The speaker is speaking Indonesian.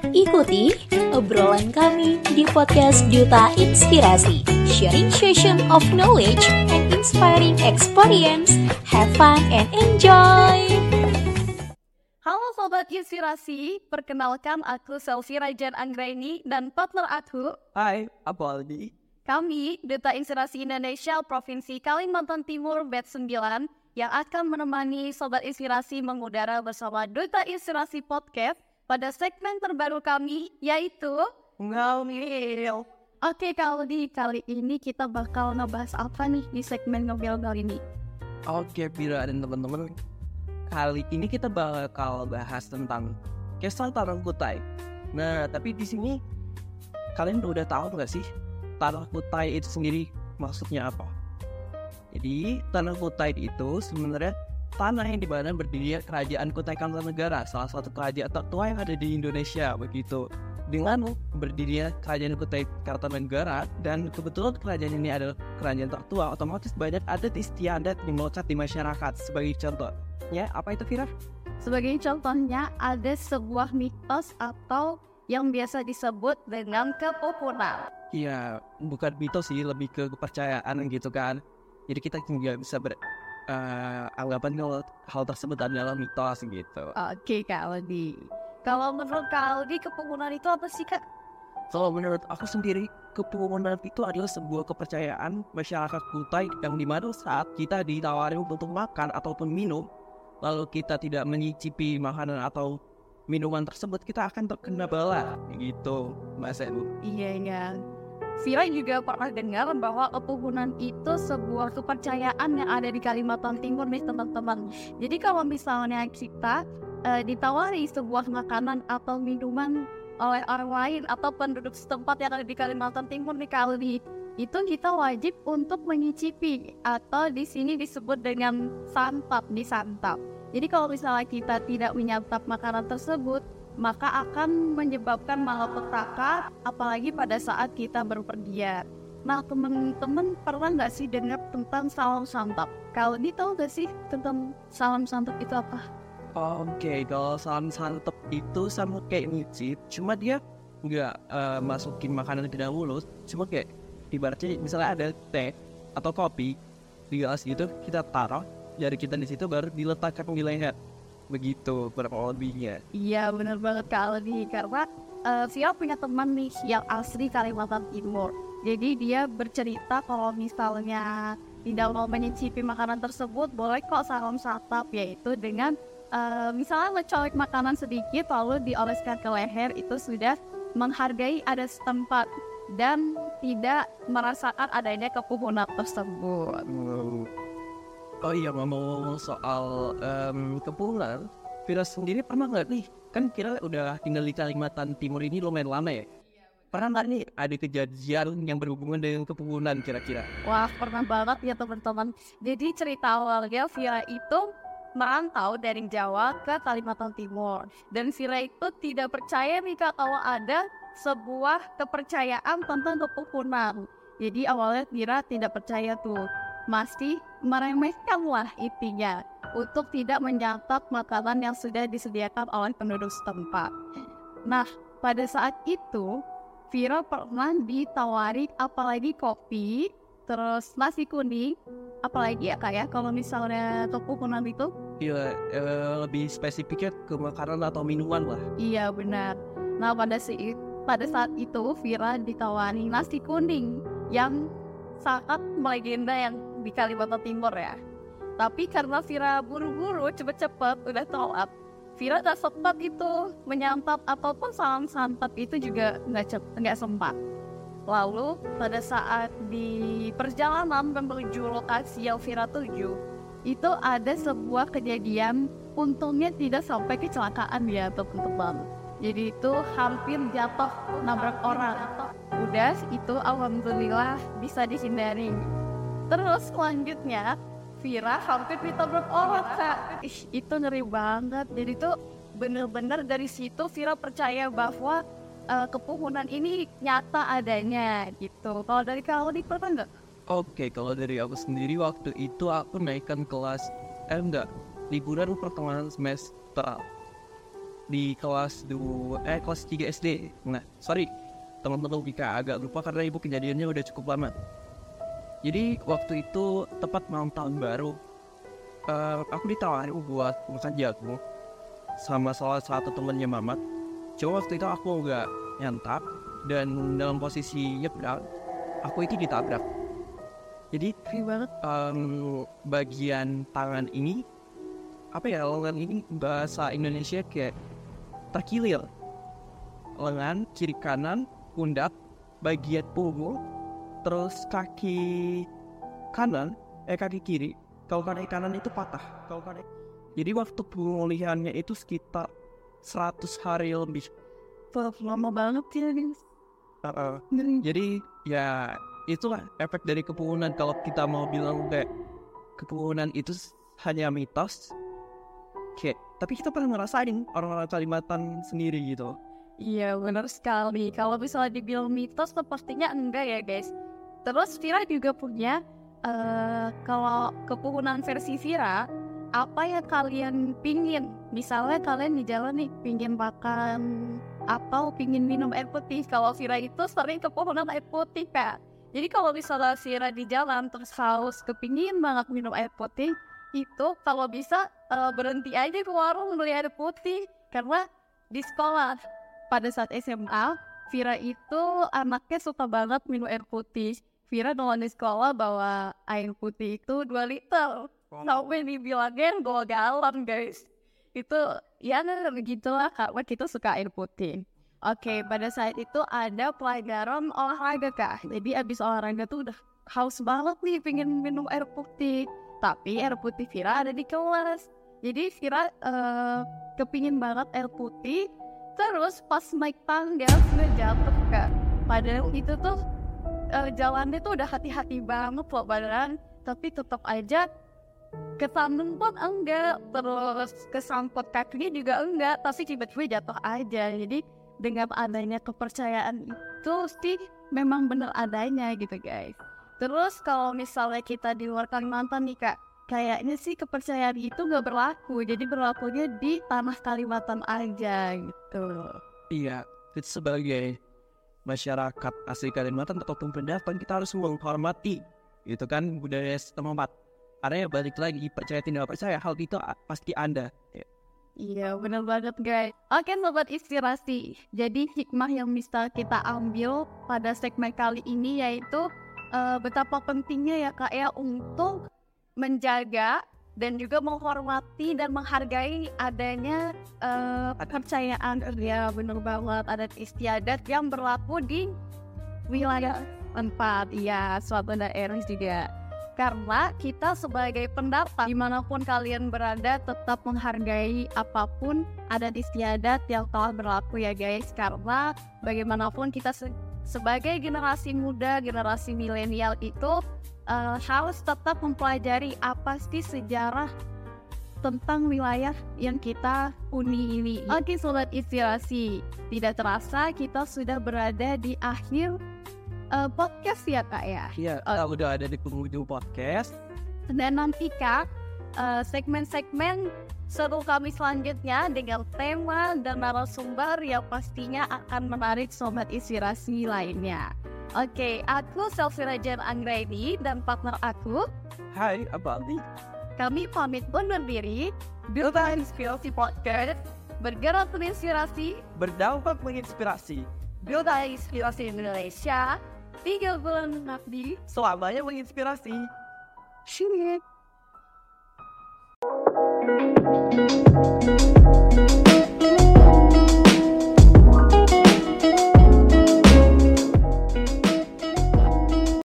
Ikuti obrolan kami di podcast Duta Inspirasi, sharing session of knowledge and inspiring experience. Have fun and enjoy! Halo Sobat Inspirasi, perkenalkan aku Selvi Rajan Anggraini dan partner aku. Hai, aku Aldi. Kami Duta Inspirasi Indonesia Provinsi Kalimantan Timur Batch 9 yang akan menemani Sobat Inspirasi mengudara bersama Duta Inspirasi Podcast pada segmen terbaru kami, yaitu Ngamil. Oke Kak Aldi, kali ini kita bakal ngebahas apa nih di segmen Ngamil kali ini? Oke, Pira dan teman-teman. Kali ini kita bakal bahas tentang Kesal Tanah Kutai. Nah, tapi di sini kalian udah tahu nggak sih Tanah Kutai itu sendiri maksudnya apa? Jadi, Tanah Kutai itu sebenarnya tanah yang dimana berdiri Kerajaan Kutai Kartanegara, salah satu kerajaan tertua yang ada di Indonesia begitu. Dengan berdirinya Kerajaan Kutai Kartanegara dan kebetulan kerajaan ini adalah kerajaan tertua, otomatis banyak adat istiadat yang melekat di masyarakat. Sebagai contohnya, apa itu Fira? Sebagai contohnya, ada sebuah mitos atau yang biasa disebut dengan kepopunan. Iya, bukan mitos sih, lebih ke kepercayaan gitu kan. Jadi kita juga bisa anggapan kalau hal tersebut adalah mitos gitu. Oke Kak Aldi. Kalau menurut Kak Aldi, kepopunan itu apa sih Kak? Kalau menurut aku sendiri, kepopunan itu adalah sebuah kepercayaan masyarakat Kutai yang dimana saat kita ditawari untuk makan ataupun minum, lalu kita tidak menyicipi makanan atau minuman tersebut, kita akan terkena bala gitu, Mas Edu. Iya. Vira juga pernah dengar bahwa kepopunan itu sebuah kepercayaan yang ada di Kalimantan Timur nih teman-teman. Jadi kalau misalnya kita ditawari sebuah makanan atau minuman oleh orang lain atau penduduk setempat yang ada di Kalimantan Timur nih kali itu kita wajib untuk menyicipi atau di sini disebut dengan disantap. Jadi kalau misalnya kita tidak menyantap makanan tersebut, maka akan menyebabkan malapetaka, apalagi pada saat kita berpergian. Nah, teman-teman pernah nggak sih dengar tentang salam santap? Kalau tahu nggak sih tentang salam santap itu apa? Oke, kalau salam santap itu sama kayak nyicip, cuma dia nggak masukin makanan ke dalam mulut, cuma kayak ibaratnya misalnya ada teh atau kopi di gelas gitu, kita taruh jari kita di situ baru diletakkan di leher. Begitu kurang lebihnya. Iya benar banget Kak Aldi, karena Via punya teman nih yang asli Kalimantan Timur. Jadi dia bercerita kalau misalnya tidak mau menyicipi makanan tersebut, boleh kok salam santap, yaitu dengan misalnya mencolek makanan sedikit lalu dioleskan ke leher, itu sudah menghargai adat setempat dan tidak merasakan adanya kepopunan tersebut. Oh iya, ngomong soal kepulan, Vira sendiri pernah nggak nih? Kan Vira udah tinggal di Kalimantan Timur ini lumayan lama ya? Pernah nggak nih ada kejadian yang berhubungan dengan kepulan kira-kira? Wah, pernah banget ya teman-teman. Jadi cerita awalnya Vira itu merantau dari Jawa ke Kalimantan Timur. Dan Vira itu tidak percaya nih Kak kalau ada sebuah kepercayaan tentang kepopulan. Jadi awalnya Vira tidak percaya tuh. Masih meremehkan lah intinya untuk tidak menyantap makanan yang sudah disediakan oleh penduduk setempat. Nah, pada saat itu Vira pernah ditawari apalagi kopi, terus nasi kuning, apalagi ya Kak ya kalau misalnya kepopunan itu? Iya, lebih spesifiknya ke makanan atau minuman lah. Iya benar. Nah pada saat itu Vira ditawari nasi kuning yang sangat melegenda yang di Kalimantan Timur ya. Tapi karena Vira buru-buru cepet-cepet udah telat, Vira gak sempat itu menyantap ataupun salam santap itu juga nggak sempat. Lalu pada saat di perjalanan menuju lokasi yang Vira tuju, itu ada sebuah kejadian, untungnya tidak sampai kecelakaan ya teman-teman. Jadi itu hampir jatuh nabrak orang. Udah itu alhamdulillah bisa dihindari. Terus selanjutnya Vira hampir ditabrak orang Kak. Itu ngeri banget. Jadi tuh bener-bener dari situ Vira percaya bahwa kepopunan ini nyata adanya gitu. Kalau dari kamu pernah nggak? Oke, kalau dari aku sendiri waktu itu aku naikkan kelas liburan pertengahan semester. di kelas 3 SD. Nah, sorry teman-teman Wika, agak lupa karena ibu kejadiannya udah cukup lama. Jadi waktu itu tepat malam tahun baru, aku ditawarin buat makan jagung sama salah satu temennya Mamat. Cuma waktu itu aku nggak nyantap dan dalam posisi nyebrang, aku itu ditabrak. Jadi bagian tangan ini, lengan ini bahasa Indonesia kayak terkilir. Lengan, kiri kanan, pundak, bagian punggung, terus kaki kiri. Kalau kaki kanan itu patah. Jadi waktu pemulihannya itu sekitar 100 hari lebih. Lama banget ya guys. Jadi ya itulah efek dari kepunuhan. Kalau kita mau bilang kayak kepunuhan itu hanya mitos, kayak tapi kita pernah ngerasain orang-orang Kalimantan sendiri gitu. Iya benar sekali. Kalau misalnya dibilang mitos sepertinya enggak ya guys. Terus Vira juga punya kalau kepunuhan versi Vira, apa yang kalian pingin? Misalnya kalian di jalan nih pingin makan atau pingin minum air putih. Kalau Vira itu sering kepunuhan air putih Kak. Jadi kalau misalnya Vira di jalan terus haus kepingin banget minum air putih, itu kalau bisa berhenti aja ke warung beli air putih. Karena di sekolah pada saat SMA, Vira itu anaknya suka banget minum air putih. Vira kalau di sekolah bawa air putih itu 2 liter. Sampai dibilangnya 2 galon guys. Itu ya begitulah karena kita suka air putih. Oke, pada saat itu ada pelajaran olahraga Kak. Jadi abis olahraga tuh udah haus banget nih pengen minum air putih. Tapi air putih Vira ada di kelas. Jadi Vira kepingin banget air putih. Terus pas naik tangga sudah jatuh Kak. Padahal itu tuh jalannya tuh udah hati-hati banget loh badan. Tapi tetap aja kesandung pun enggak. Terus kesangkut kakinya juga enggak. Tapi tiba-tiba jatuh aja. Jadi dengan adanya kepercayaan itu sih memang benar adanya gitu guys. Terus kalau misalnya kita di luar Kalimantan nih Kak, kayaknya sih kepercayaan itu gak berlaku. Jadi berlakunya di tanah Kalimantan aja gitu. Iya, kita sebagai masyarakat asli Kalimantan ataupun pendatang, kita harus menghormati gitu kan budaya setempat. Karena ya balik lagi, percaya tidak percaya, hal itu pasti ada. Iya benar banget guys. Oke sobat inspirasi, jadi hikmah yang bisa kita ambil pada segmen kali ini yaitu betapa pentingnya ya Kak ya untuk menjaga dan juga menghormati dan menghargai adanya kepercayaan. Ya benar banget, adat istiadat yang berlaku di wilayah tempat, ya suatu daerah juga. Karena kita sebagai pendatang dimanapun kalian berada tetap menghargai apapun adat istiadat yang telah berlaku ya guys. Karena bagaimanapun kita sebagai generasi muda, generasi milenial itu harus tetap mempelajari apa sih sejarah tentang wilayah yang kita huni ini. Oke sobat inspirasi, tidak terasa kita sudah berada di akhir podcast ya Kak ya. Iya, kita udah ada di penghujung podcast. Dan nantikan segmen-segmen seru kami selanjutnya dengan tema dan narasumber yang pastinya akan menarik sobat inspirasi lainnya. Oke, aku Selvira Jen Anggraini dan partner aku. Hai, Abadi. Kami pamit undur diri. Duta Inspirasi Podcast, bergerak terinspirasi, berdampak menginspirasi. Duta Inspirasi Indonesia, 3 bulan mengabdi, selamanya menginspirasi. Shit.